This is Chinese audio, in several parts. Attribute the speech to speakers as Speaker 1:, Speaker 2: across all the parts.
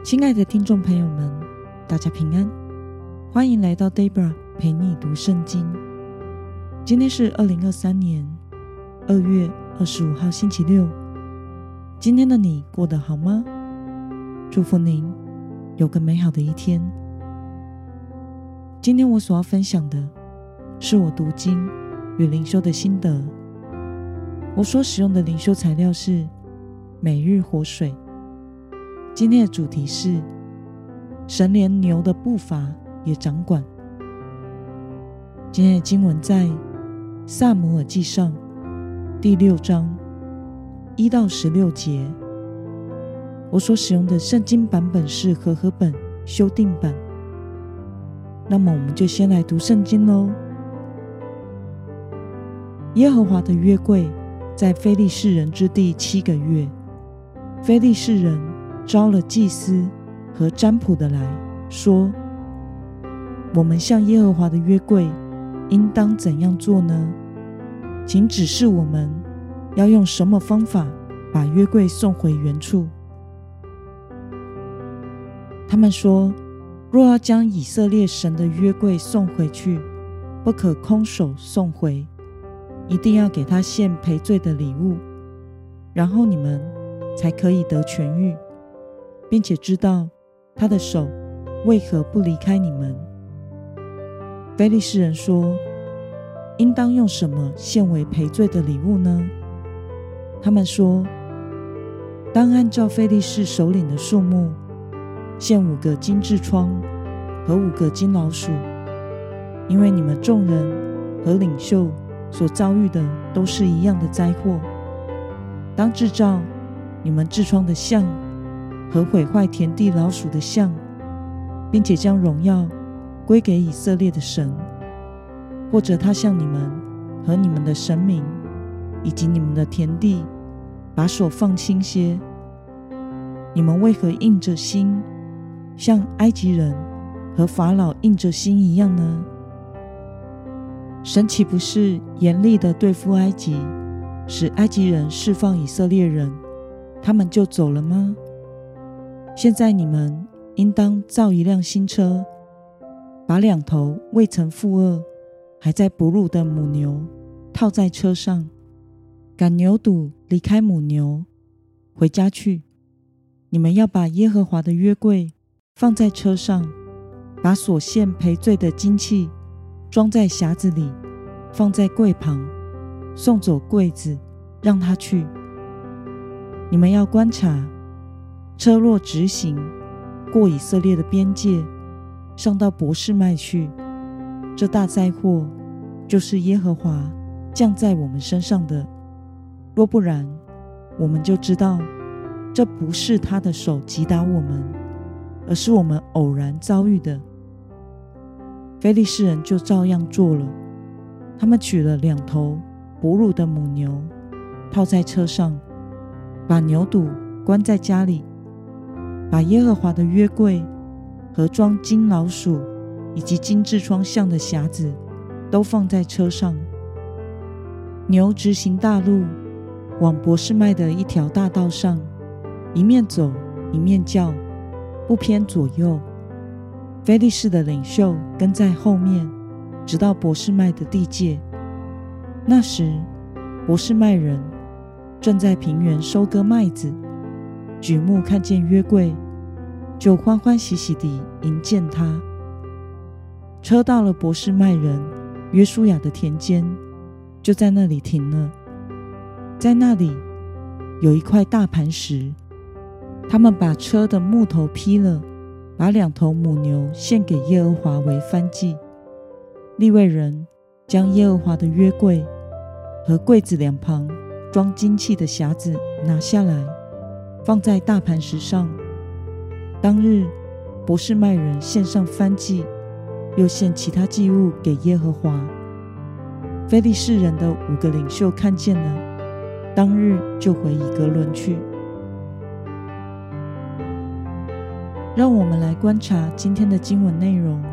Speaker 1: 亲爱的听众朋友们，大家平安，欢迎来到 Debra 陪你读圣经。今天是2023年2月25号星期六。今天的你过得好吗？祝福您有个美好的一天。今天我所要分享的是我读经与灵修的心得。我所使用的灵修材料是每日活水。今天的主题是神连牛的步伐也掌管。今天的经文在撒母耳记上第6章1到16节。我所使用的圣经版本是和合本修订版。那么我们就先来读圣经咯。耶和华的约柜在非利士人之地7个月，非利士人招了祭司和占卜的来说，我们向耶和华的约柜应当怎样做呢？请指示我们要用什么方法把约柜送回原处。他们说，若要将以色列神的约柜送回去，不可空手送回，一定要给他献赔罪的礼物，然后你们才可以得痊愈，并且知道他的手为何不离开你们。非利士人说，应当用什么献为赔罪的礼物呢？他们说，当按照非利士首领的数目，献5个金痔疮和5个金老鼠，因为你们众人和领袖所遭遇的都是一样的灾祸。当制造你们痔疮的像和毁坏田地老鼠的像，并且将荣耀归给以色列的神，或者他向你们和你们的神明以及你们的田地把手放轻些，你们为何硬着心像埃及人和法老硬着心一样呢？神岂不是严厉地对付埃及，使埃及人释放以色列人，他们就走了吗？现在你们应当造一辆新车，把2头未曾负軛还在哺乳的母牛套在车上，赶牛犊离开母牛，回家去。你们要把耶和华的约柜放在车上，把所献赔罪的金器装在匣子里，放在柜旁，送走柜子，让他去。你们要观察，车若直行过以色列的边界，上到伯示麦去，这大灾祸就是耶和华降在我们身上的。若不然，我们就知道这不是他的手击打我们，而是我们偶然遭遇的。非利士人就照样做了，他们取了2头哺乳的母牛，套在车上，把牛犊关在家里，把耶和华的约柜和装金老鼠以及金痔疮像的匣子都放在车上。牛直行大路，往伯示麦的一条大道上，一面走一面叫，不偏左右。非利士的领袖跟在后面，直到伯示麦的地界。那时伯示麦人正在平原收割麦子，举目看见约柜，就欢欢喜喜地迎见他。车到了伯示麦人约书亚的田间，就在那里停了。在那里有一块大磐石，他们把车的木头劈了，把2头母牛献给耶和华为燔祭。利未人将耶和华的约柜和柜子2旁装金器的匣子拿下来，放在大磐石上。当日伯示麦人献上燔祭，又献其他祭物给耶和华。非利士人的5个领袖看见了，当日就回以革伦去。让我们来观察今天的经文内容。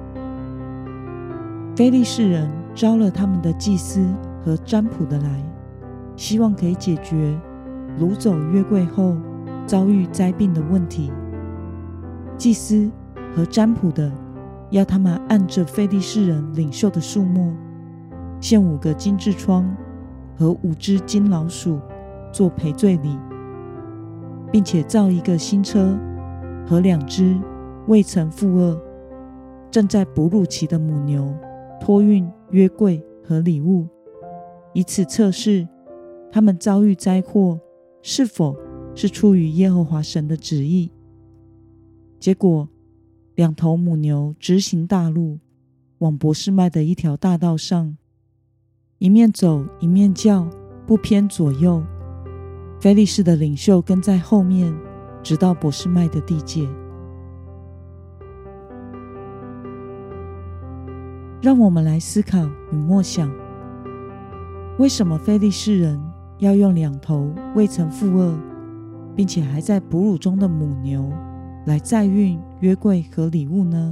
Speaker 1: 非利士人招了他们的祭司和占卜的来，希望可以解决掳走约柜后遭遇灾病的问题。 祭司和占卜的要他们按着非利士人领袖的数目，献5个金痔疮和5只金老鼠做赔罪礼，并且造一个新车和2只未曾负恶、正在哺乳期的母牛，托运约柜和礼物，以此测试他们遭遇灾祸是否是出于耶和华神的旨意。结果2头母牛直行大路，往伯示麦的一条大道上，一面走一面叫，不偏左右。非利士的领袖跟在后面，直到伯示麦的地界。让我们来思考与默想，为什么非利士人要用2头未曾负恶，并且还在哺乳中的母牛来载运约柜和礼物呢？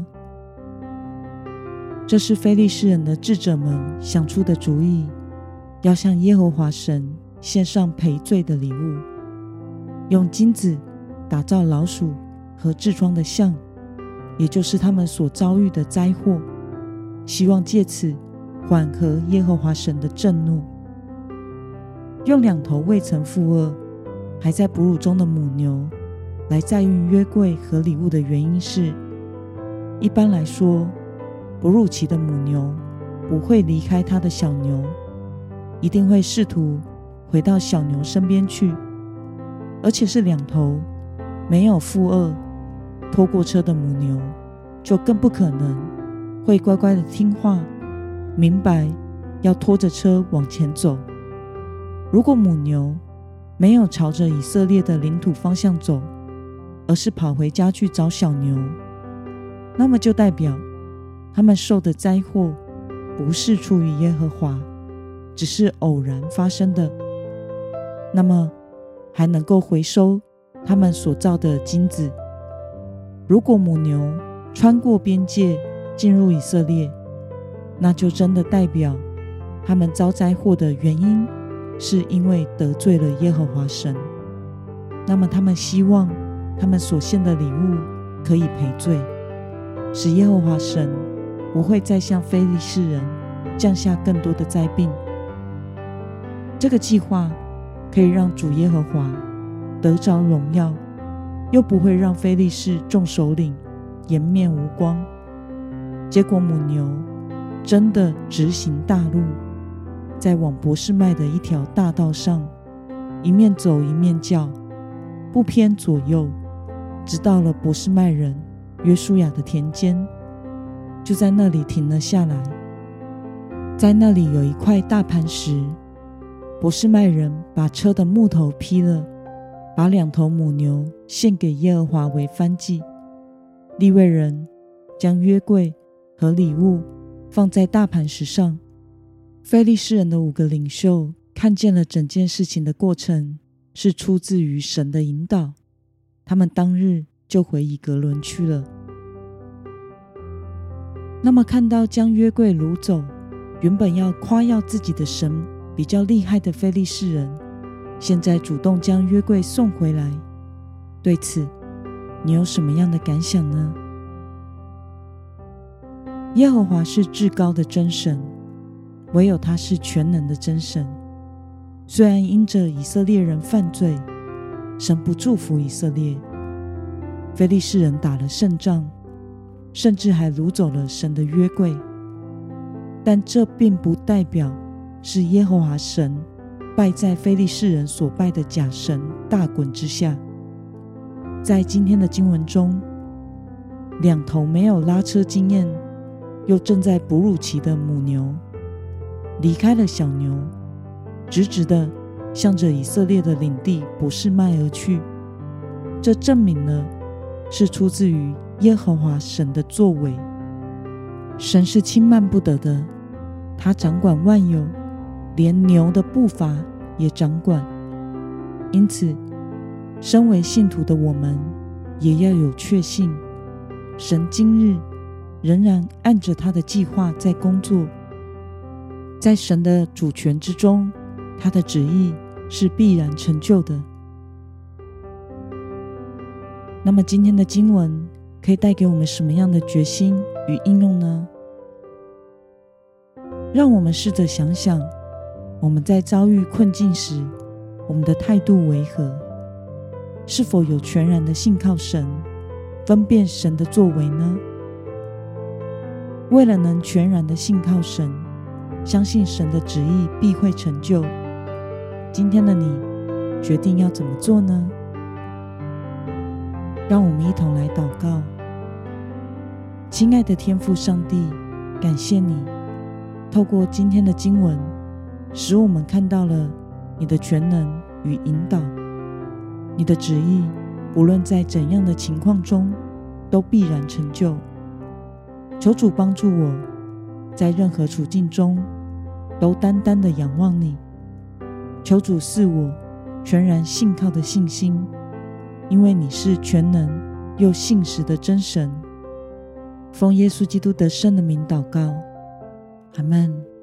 Speaker 1: 这是非利士人的智者们想出的主意，要向耶和华神献上赔罪的礼物，用金子打造老鼠和痔疮的像，也就是他们所遭遇的灾祸，希望借此缓和耶和华神的震怒。用2头未曾负恶还在哺乳中的母牛来载运约柜和礼物的原因是，一般来说，哺乳期的母牛不会离开它的小牛，一定会试图回到小牛身边去，而且是2头没有负恶拖过车的母牛，就更不可能会乖乖的听话，明白要拖着车往前走。如果母牛没有朝着以色列的领土方向走，而是跑回家去找小牛，那么就代表他们受的灾祸不是出于耶和华，只是偶然发生的。那么还能够回收他们所造的金子。如果母牛穿过边界进入以色列，那就真的代表他们遭灾祸的原因是因为得罪了耶和华神。那么他们希望他们所献的礼物可以赔罪，使耶和华神不会再向非利士人降下更多的灾病。这个计划可以让主耶和华得着荣耀，又不会让非利士众首领颜面无光。结果母牛真的直行大路，在往伯示麦的一条大道上，一面走一面叫，不偏左右，直到了伯示麦人约书亚的田间，就在那里停了下来。在那里有一块大磐石，伯示麦人把车的木头劈了，把2头母牛献给耶和华为燔祭。利未人将约柜和礼物放在大磐石上。非利士人的5个领袖看见了整件事情的过程是出自于神的引导，他们当日就回以革伦去了。那么看到将约柜掳走，原本要夸耀自己的神比较厉害的非利士人，现在主动将约柜送回来，对此你有什么样的感想呢？耶和华是至高的真神，唯有他是全能的真神。虽然因着以色列人犯罪，神不祝福以色列，非利士人打了胜仗，甚至还掳走了神的约柜，但这并不代表是耶和华神败在非利士人所拜的假神大衮之下。在今天的经文中，2头没有拉车经验又正在哺乳期的母牛离开了小牛，直直地向着以色列的领地伯示麦而去。这证明了是出自于耶和华神的作为。神是轻慢不得的，他掌管万有，连牛的步伐也掌管。因此身为信徒的我们也要有确信，神今日仍然按着他的计划在工作，在神的主权之中，他的旨意是必然成就的。那么今天的经文可以带给我们什么样的决心与应用呢？让我们试着想想，我们在遭遇困境时，我们的态度为何？是否有全然的信靠神，分辨神的作为呢？为了能全然的信靠神，相信神的旨意必会成就，今天的你决定要怎么做呢？让我们一同来祷告。亲爱的天父上帝，感谢你透过今天的经文，使我们看到了你的全能与引导，你的旨意不论在怎样的情况中都必然成就。求主帮助我，在任何处境中都单单的仰望你。求主赐我全然信靠的信心，因为你是全能又信实的真神。奉耶稣基督得胜的名祷告，阿们。